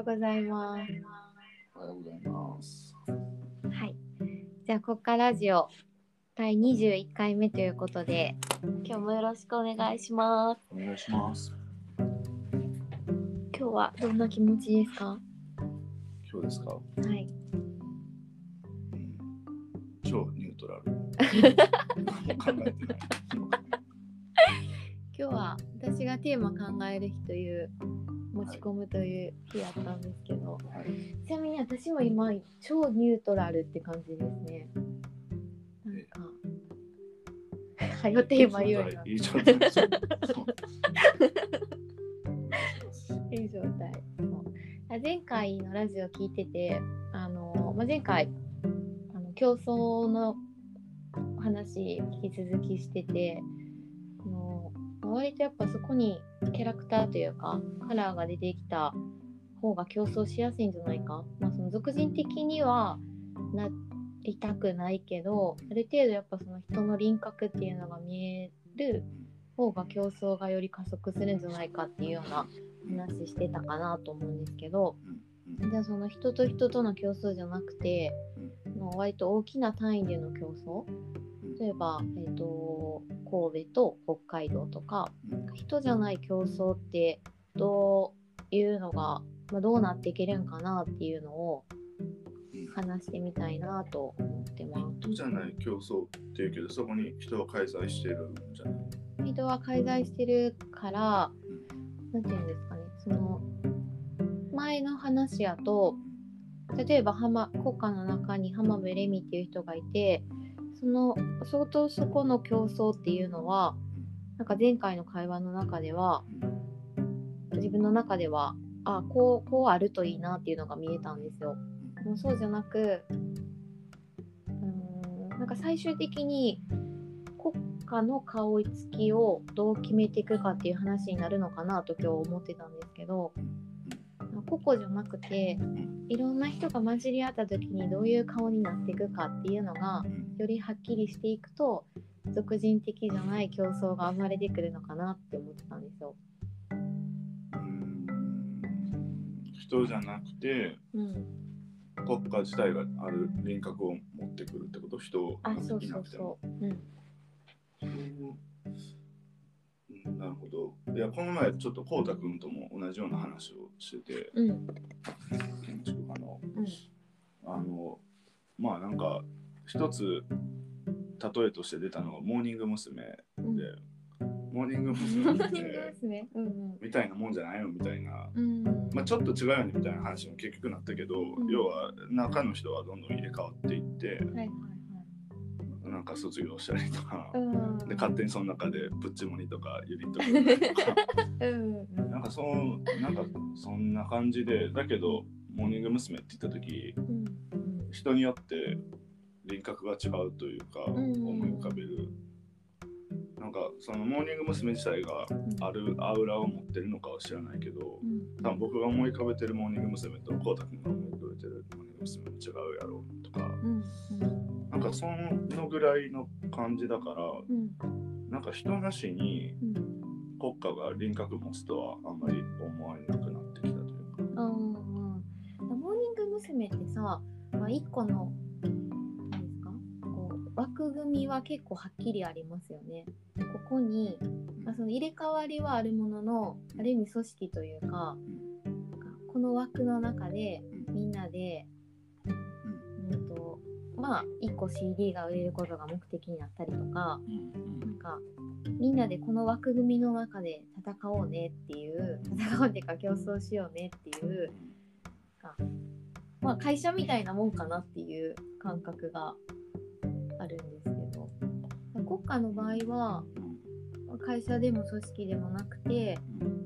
ございます。 おはようございます。 はい。じゃあ、ここからラジオ第21回目ということで、今日もよろしくお願いします。 お願いします。 今日はどんな気持ちですか？ 今日ですか？ はい。 超ニュートラル。何も考えてない。 今日は私がテーマ考える日という持ち込むという日だったんですけど、 はい、 ちなみに私も今超ニュートラルって感じですね。なんかはよテーマ言うよ。 いい状態。 いい状態。前回のラジオ聞いてて、前回競争の話引き続きしてて、割とやっぱそこにキャラクターというかカラーが出てきた方が競争しやすいんじゃないか。その属人的にはなりたくないけど、ある程度やっぱその人の輪郭っていうのが見える方が競争がより加速するんじゃないかっていうような話してたかなと思うんですけど、じゃあその人と人との競争じゃなくて、割と大きな単位での競争、例えば、神戸と北海道とか、人じゃない競争ってどういうのが、どうなっていけるんかなっていうのを話してみたいなと思ってます。 人じゃない競争っていうけど、そこに人は介在してるんじゃない？ 人は介在してるから、なんていうんですかね、その前の話やと、例えば国家の中に浜辺レミっていう人がいて、相当そこの競争っていうのは、なんか前回の会話の中では、自分の中ではこうあるといいなっていうのが見えたんですよ。もうそうじゃなく、なんか最終的に国家の顔つきをどう決めていくかっていう話になるのかなと今日思ってたんですけど、個々じゃなくていろんな人が混じり合った時にどういう顔になっていくかっていうのがよりはっきりしていくと、属人的じゃない競争が生まれてくるのかなって思ってたんですよ。 人じゃなくて、国家自体がある輪郭を持ってくるってこと？人をいなくても。 そうそう、 なるほど。いや、この前ちょっとこうたくんとも同じような話をしてて、建築家の、まあなんか一つ例えとして出たのがモーニング娘。で、モーニング娘。ってみたいなもんじゃないのみたいな、まあちょっと違うよねみたいな話も結局なったけど、要は中の人はどんどん入れ替わっていって、なんか卒業したりとか、で勝手にその中でプッチモニとかユニット組んだりとかなんかそんな感じで、だけどモーニング娘。って言った時、人によって輪郭が違うというか、思い浮かべる、なんかそのモーニング娘。自体があるアウラを持ってるのかは知らないけど、多分僕が思い浮かべてるモーニング娘。とこうたくんが思い浮かべてるモーニング娘。も違うやろうとか、なんかそのぐらいの感じだから、なんか人なしに国家が輪郭持つとはあんまり思われなくなってきたというか。 モーニング娘。ってさ、一個の何ですか、こう枠組みは結構はっきりありますよね。ここに、その入れ替わりはあるものの、ある意味組織というか、この枠の中でみんなで、1個 CD が売れることが目的になったりとか、なんかみんなでこの枠組みの中で戦おうねっていう、戦おうっていうか競争しようねっていう、会社みたいなもんかなっていう感覚があるんですけど、国家の場合は会社でも組織でもなくて、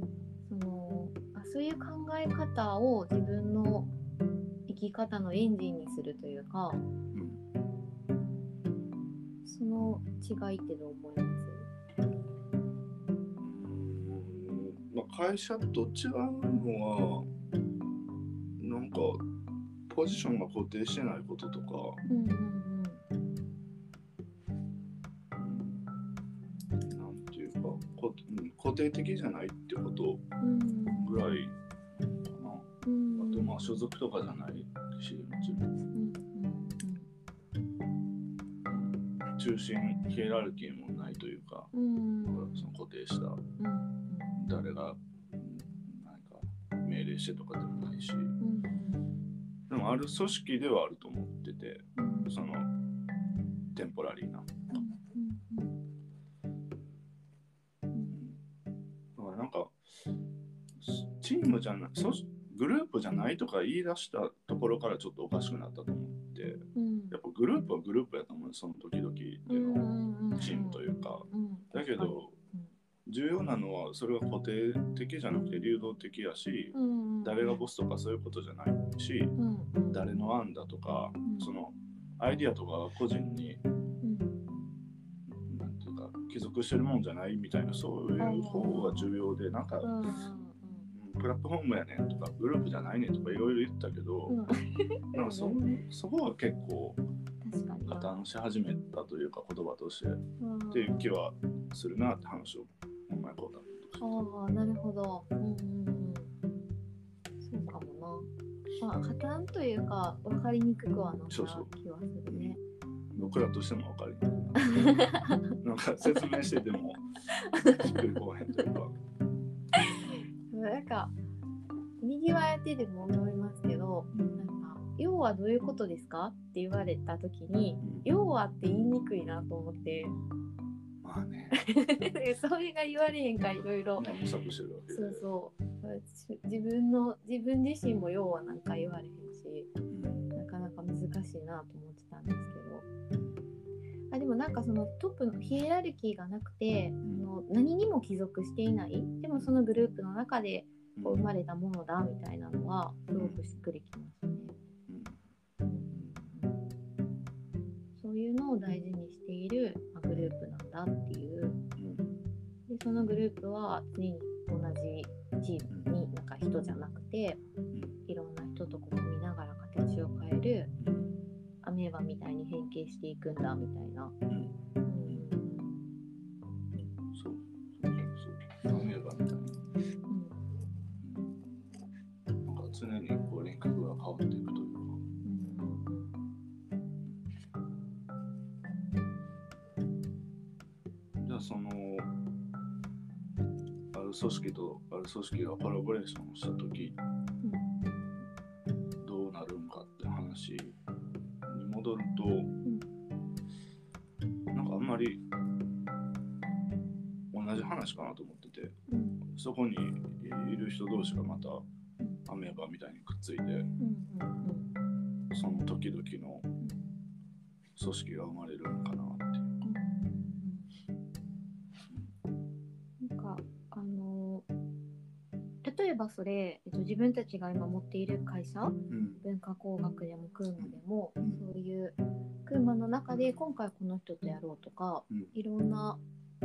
そういう考え方を自分の生き方のエンジンにするというか、その違いってどう思います？ 会社と違うのはなんかポジションが固定してないこととか、なんていうか固定的じゃないってことぐらいかな。 でまあ所属とかじゃないし、もちろん、中心ヒエラルキーもないというか、その固定した、誰が何か命令してとかでもないし、でもある組織ではあると思ってて、そのテンポラリーな、だからなんかチームじゃない、グループじゃないとか言い出したところからちょっとおかしくなったと思って、やっぱグループはグループやと思う、その時々でのチームというか、だけど重要なのはそれが固定的じゃなくて流動的やし、誰がボスとかそういうことじゃないし、誰の案だとか、そのアイディアとか個人に、なんていうか帰属してるもんじゃないみたいな、そういう方が重要で、なんか、プラットフォームやねんとかグループじゃないねんとかいろいろ言ったけど、なんかそこは結構破綻し始めたというか、言葉として、っていう気はするなって話をお前こうだと。 ああ、なるほど。そうかもな。まあ、破綻というか分かりにくくはなった気はするね。 僕らとしても分かりにくい。なんか説明しててもしっくりこうへんというか。 なんか右はやってても思いますけど、なんか要はどういうことですかって言われた時に、要はって言いにくいなと思って。 まあね。 それが言われへんかいろいろ。 模索してるわけで。 そう自分自身も要はなんか言われへんし、なかなか難しいなと思ってたんですけど。でもなんかそのトップのヒエラルキーがなくて、何にも帰属していない、でもそのグループの中でこう生まれたものだみたいなのはすごくしっくりきましたね。そういうのを大事にしているグループなんだっていう。でそのグループは常に同じチームになんか人じゃなくて、いろんな人とこう見ながら形を変えるアメーバみたいに変形していくんだみたいな。 そうアメーバみたいな。なんか常にこう輪郭が変わっていくというか。じゃあそのある組織とある組織がコラボレーションをしたとき、どうなるんかって話に戻ると、なんかあんまり同じ話かなと思ってて、そこにいる人同士がまたアメーバみたいにくっついて、その時々の組織が生まれるのかなっていう。 なんか例えばそれ、自分たちが今持っている会社、文化工学でもクーマでも、そういうクーマの中で今回この人とやろうとか、いろんな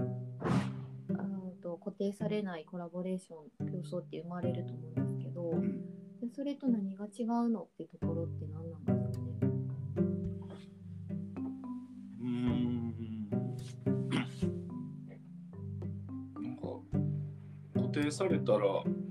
固定されないコラボレーション競争って生まれると思うんですけど、でそれと何が違うのってところって何なんですかね。 なんか固定されたら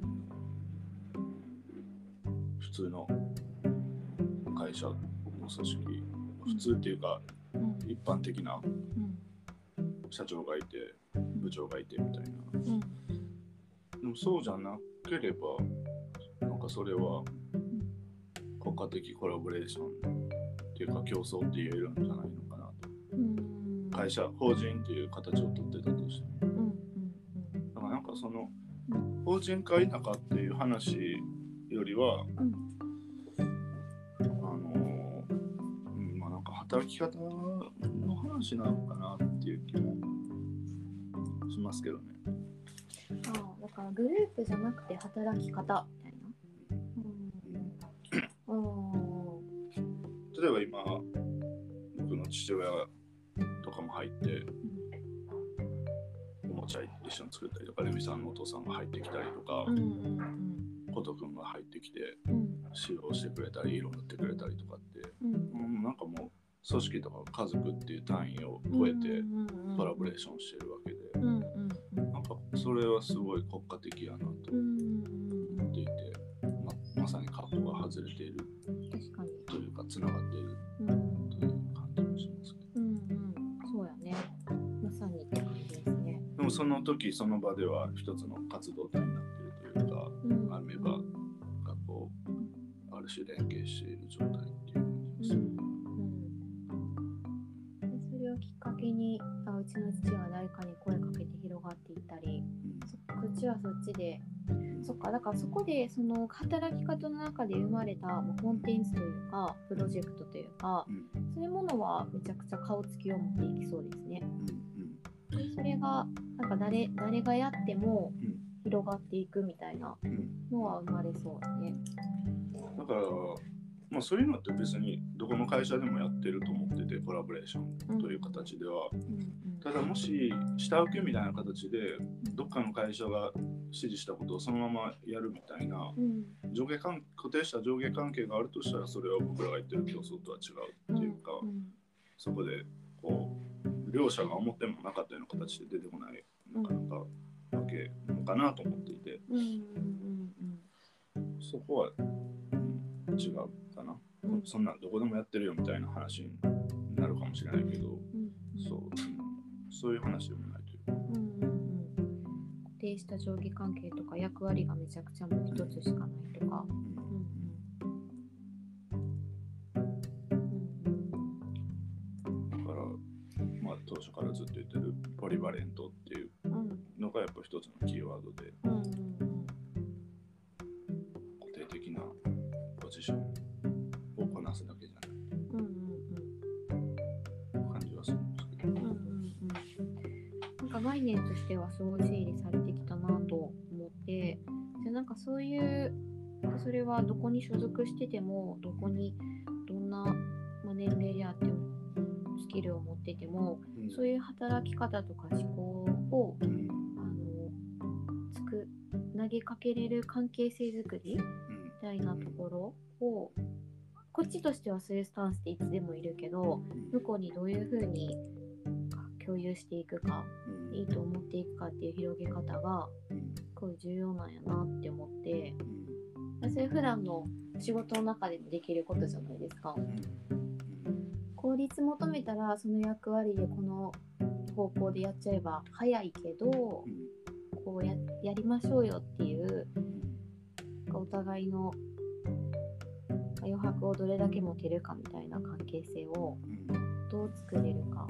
普通の会社の組織、普通っていうか、一般的な社長がいて部長がいてみたいな、でもそうじゃなければなんかそれは国家的コラボレーションっていうか競争って言えるんじゃないのかなと、会社法人っていう形をとってたとしても、だからなんかその法人か否かっていう話よりは、まあなんか働き方の話なのかなっていう気もしますけどね。 だからグループじゃなくて働き方みたいな。 例えば今僕の父親とかも入って、おもちゃ一緒に作ったりとか、レミさんのお父さんが入ってきたりとか、コト君が入ってきて指導してくれたり色塗ってくれたりとかって、なんかもう組織とか家族っていう単位を超えてコラボレーションしてるわけで、なんかそれはすごい国家的やなと思っていて、まさに過去が外れている確かにというかつながっているという感じもしますけど、 そうやね、まさにって感じですね。 でもその時その場では一つの活動体になっているというか、アメバがこうある種連携している状態っていう感じです。 それをきっかけにうちの父が誰かに声かけて広がっていったり、こっちはそっちで、そっか、だからそこでその働き方の中で生まれたコンテンツというかプロジェクトというか、そういうものはめちゃくちゃ顔つきを持っていきそうですね。それがなんか誰がやっても広がっていくみたいなのは生まれそうだね。 だからまあ、そういうのって別にどこの会社でもやってると思ってて、コラボレーションという形では、ただもし下請けみたいな形でどっかの会社が指示したことをそのままやるみたいな固定した上下関係があるとしたら、それは僕らが言ってる競争とは違うっていうか、そこでこう両者が思ってもなかったような形で出てこないなかなかわけなのかなと思っていて、そこは違うかな、そんなんどこでもやってるよみたいな話になるかもしれないけど、そういう話でもないというか、 固定した上下関係とか役割がめちゃくちゃもう一つしかないとか、 だからまあ当初からずっと言ってるポリバレントっていうのがやっぱ一つのキーワードで、固定的なポジションをこなすだけじゃない感じはするんですけど、 なんか概念としてはすごい整理されてきたなと思って、でなんかそういうそれはどこに所属しててもどこにどんな年齢であってもスキルを持ってても、そういう働き方とか思考を投げかけれる関係性づくりみたいなところを、こっちとしてはそういうスタンスでいつでもいるけど、向こうにどういうふうに共有していくか、いいと思っていくかっていう広げ方がすごい重要なんやなって思って、それ普段の仕事の中でもできることじゃないですか。効率求めたらその役割でこの方向でやっちゃえば早いけど、こう やりましょうよっていうお互いの余白をどれだけ持てるかみたいな関係性をどう作れるか、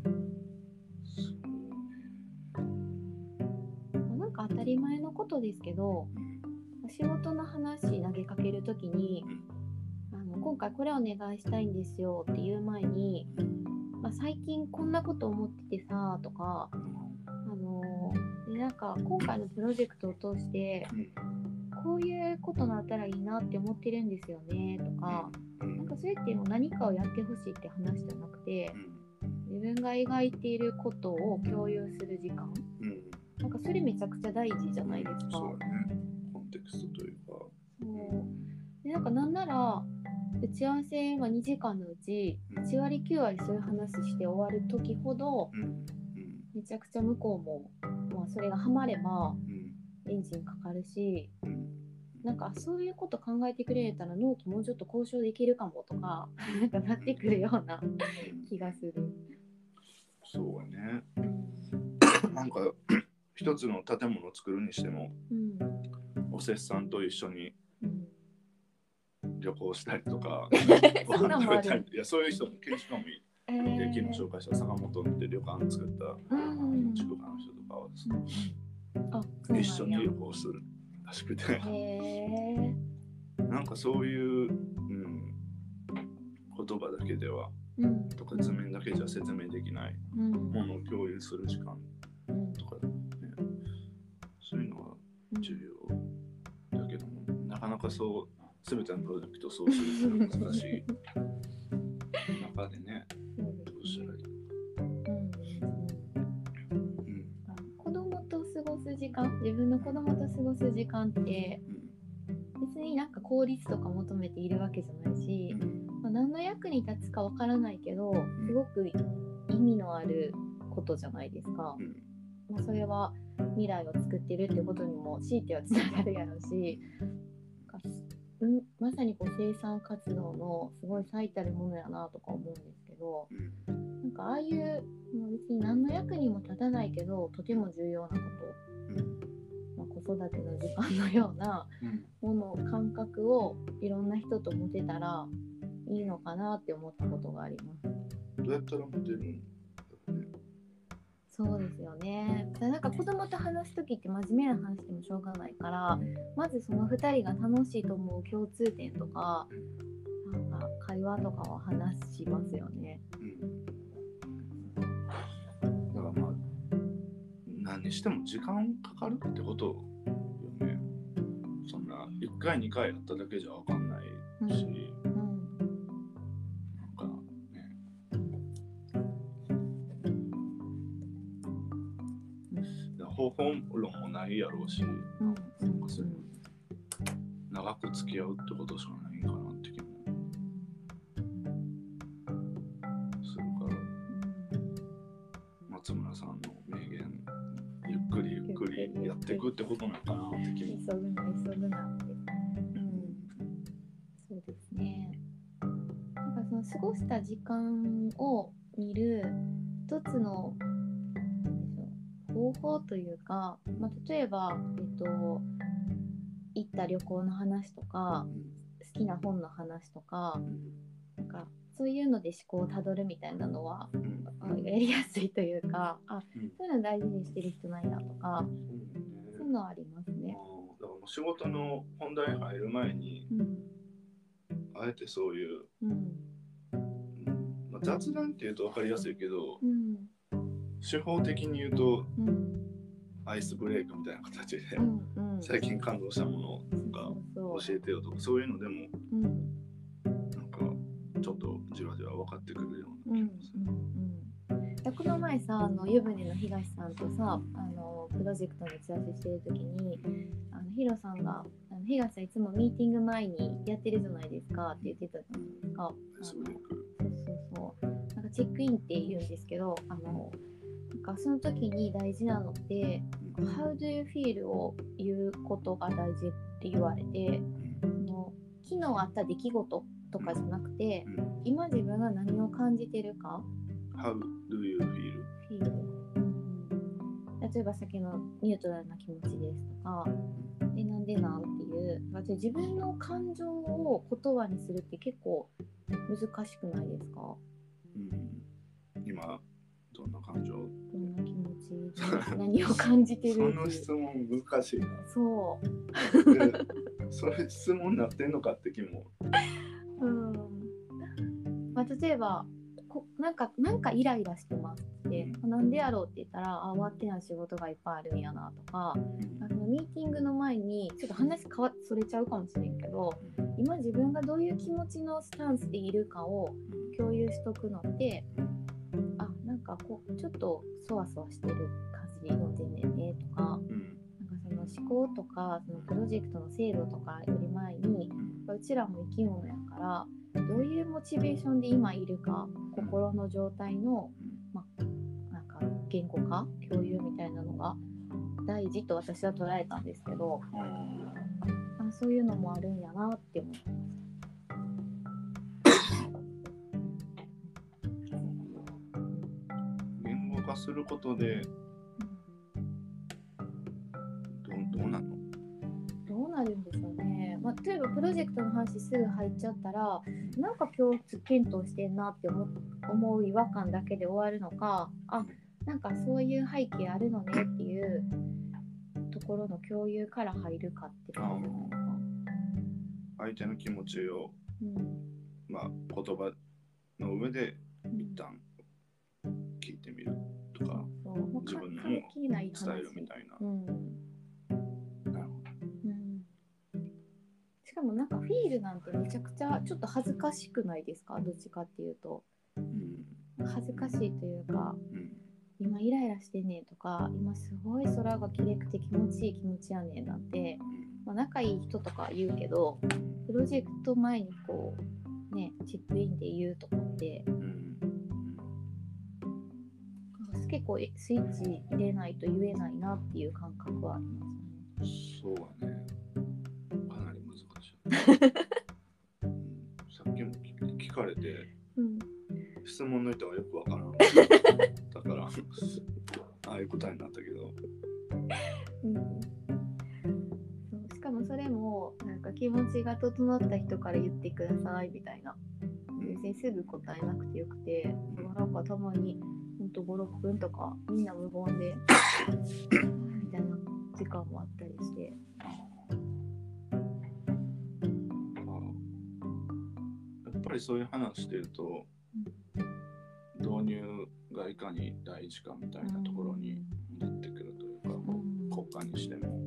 なんか当たり前のことですけど、仕事の話投げかけるときに今回これお願いしたいんですよっていう前に、最近こんなこと思っててさとか、でなんか今回のプロジェクトを通してこういうことになったらいいなって思ってるんですよねとか、なんかそれってもう何かをやってほしいって話じゃなくて、自分が描いていることを共有する時間、なんかそれめちゃくちゃ大事じゃないですか。 そうだね、コンテクストというか。 でなんかなんなら打ち合わせが2時間のうち8割9割そういう話して終わる時ほど、めちゃくちゃ向こうも、それがハマればエンジンかかるし、なんかそういうこと考えてくれたら納期もうちょっと交渉できるかもとかなんかなってくるような気がする。 そうね。なんか一つの建物を作るにしても、おせっさんと一緒に旅行したりとかご飯食べたり、いやそういう人も研修家もいい。昨日紹介した坂本で旅館作った建築家の人とかはですね、一緒に旅行するらしくて、なんかそういう、言葉だけでは、とか図面だけじゃ説明できないものを共有する時間とか、そういうのは重要だけども、なかなかそう全てのプロジェクトをそうするのは難しい中でね、どうしたらいい。 子供と過ごす時間、自分の子供と過ごす時間って、別になんか効率とか求めているわけじゃないし、何の役に立つかわからないけど、すごく意味のあることじゃないですか。それは未来を作ってるってことにも強いてはつながるやろうし、 まさにこう生産活動のすごい最たるものやなとか思うんですけど、なんかああいう別に何の役にも立たないけどとても重要なこと、子育ての時間のようなもの、感覚をいろんな人と持てたらいいのかなって思ったことがあります。 どうやったら持てるの？ そうですよね。なんか子供と話すときって真面目な話でもしょうがないから、まずその2人が楽しいと思う共通点とか、なんか会話とかを話しますよね。 だからまあ何にしても時間かかるってことよね。そんな1回2回やっただけじゃ分かんないし、なんかね、方法論もないやろうし、なんかそれ長く付き合うってことしかないんかなって気もするから、松村さんの名言、ゆっくりゆっくりやっていくってことなのかなって気も。 急ぐなって。そうですね。なんかその過ごした時間を見る一つの方法というか、例えば、行った旅行の話とか、好きな本の話とか、なんかそういうので思考をたどるみたいなのは、やりやすいというか、そういうの大事にしてる人なんやとか、そういうのはありますね。 だから仕事の本題に入る前に、あえてそういう、雑談っていうと分かりやすいけど、手法的に言うと、アイスブレイクみたいな形で、最近感動したものとか教えてよとか、そういうのでも、なんかちょっとじわじわ分かってくるような気がする。 この前さ、湯船の東さんとさ、プロジェクトの打ち合わせしてる時に、ヒロさんが東さんいつもミーティング前にやってるじゃないですかって言ってたじゃないですか。そうなんかチェックインって言うんですけど、なんかその時に大事なのって How do you feel を言うことが大事って言われて、昨日あった出来事とかじゃなくて、今自分が何を感じてるか。 How do you feel? 例えばさっきのニュートラルな気持ちですとか、でなんでなんっていう自分の感情を言葉にするって結構難しくないですか？ 今どんな感情、どんな気持ち、何を感じてる？ その質問難しいな。 そうそれ質問になってんのかって気も。 例えばなんかイライラしてますって、なんでやろうって言ったら、終わってない仕事がいっぱいあるんやなとか、ミーティングの前にちょっと話それちゃうかもしれんけど、今自分がどういう気持ちのスタンスでいるかを共有しとくのって、なんかちょっとそわそわしてる感じで読んでんねんねとか、なんかその思考とかそのプロジェクトの精度とかより前に、うちらも生き物やからどういうモチベーションで今いるか、心の状態の、なんか言語化、共有みたいなのが大事と私は捉えたんですけど、そういうのもあるんやなって思います。 言語化することでどうなの？ どうなるんでしょうね。例えばプロジェクトの話すぐ入っちゃったら、なんか共通検討してんなって思う違和感だけで終わるのか、なんかそういう背景あるのねっていうところの共有から入るかって感じなのか。 相手の気持ちを、言葉の上で一旦聞いてみるとか、自分のも伝えるみたいな。 しかもなんかフィールなんてめちゃくちゃちょっと恥ずかしくないですか？どっちかっていうと、恥ずかしいというか、今イライラしてんねんとか、今すごい空が綺麗くて気持ちいい気持ちやねんなんて、仲いい人とか言うけど、プロジェクト前にチェックインで言うとかって、結構スイッチ入れないと言えないなっていう感覚はありますね。 そうはね、かなり難しい。 さっきも聞かれて、 うん、 質問の意図はよくわからんだからああいう答えになったけど、 うん、そうしかもそれもなんか気持ちが整った人から言ってくださいみたいな、別にすぐ答えなくてよくて、なんかたまにほんと 5,6 分とかみんな無言でみたいな時間もあったりして、 やっぱりそういう話してると、導入がいかに大事かみたいなところに戻ってくるというか、国家にしても、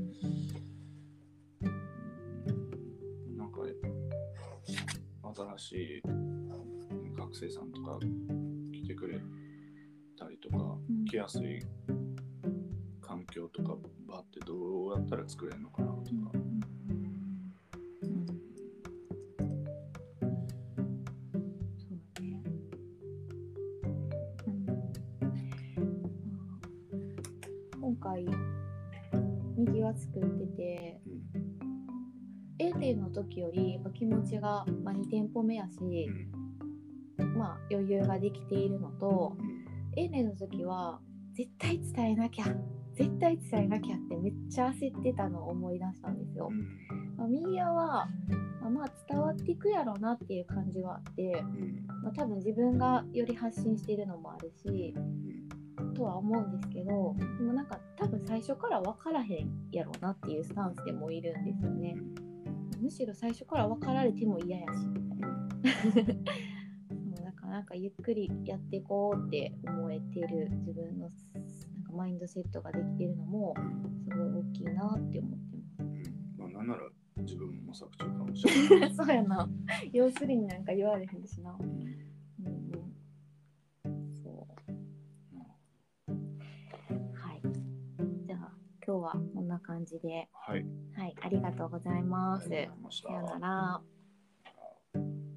なんか新しい学生さんとか来てくれたりとか、来やすい環境とか場ってどうやったら作れるのかなとか、 今回右は作ってて、A 店の時より気持ちが2店舗目やし、余裕ができているのと、A 店の時は絶対伝えなきゃってめっちゃ焦ってたのを思い出したんですよ。右は伝わっていくやろうなっていう感じはあって、多分自分がより発信しているのもあるし、とは思うんですけど、でもなんか多分最初から分からへんやろうなっていうスタンスでもいるんですよね。むしろ最初から分かられても嫌やしみたいなそうなんかゆっくりやっていこうって思えてる自分のなんかマインドセットができてるのもすごい大きいなって思ってます。なんなら自分も模索中かもしれないそうやな、要するになんか言われへんしな。今日はこんな感じで、 はい、 ありがとうございます。 さよなら。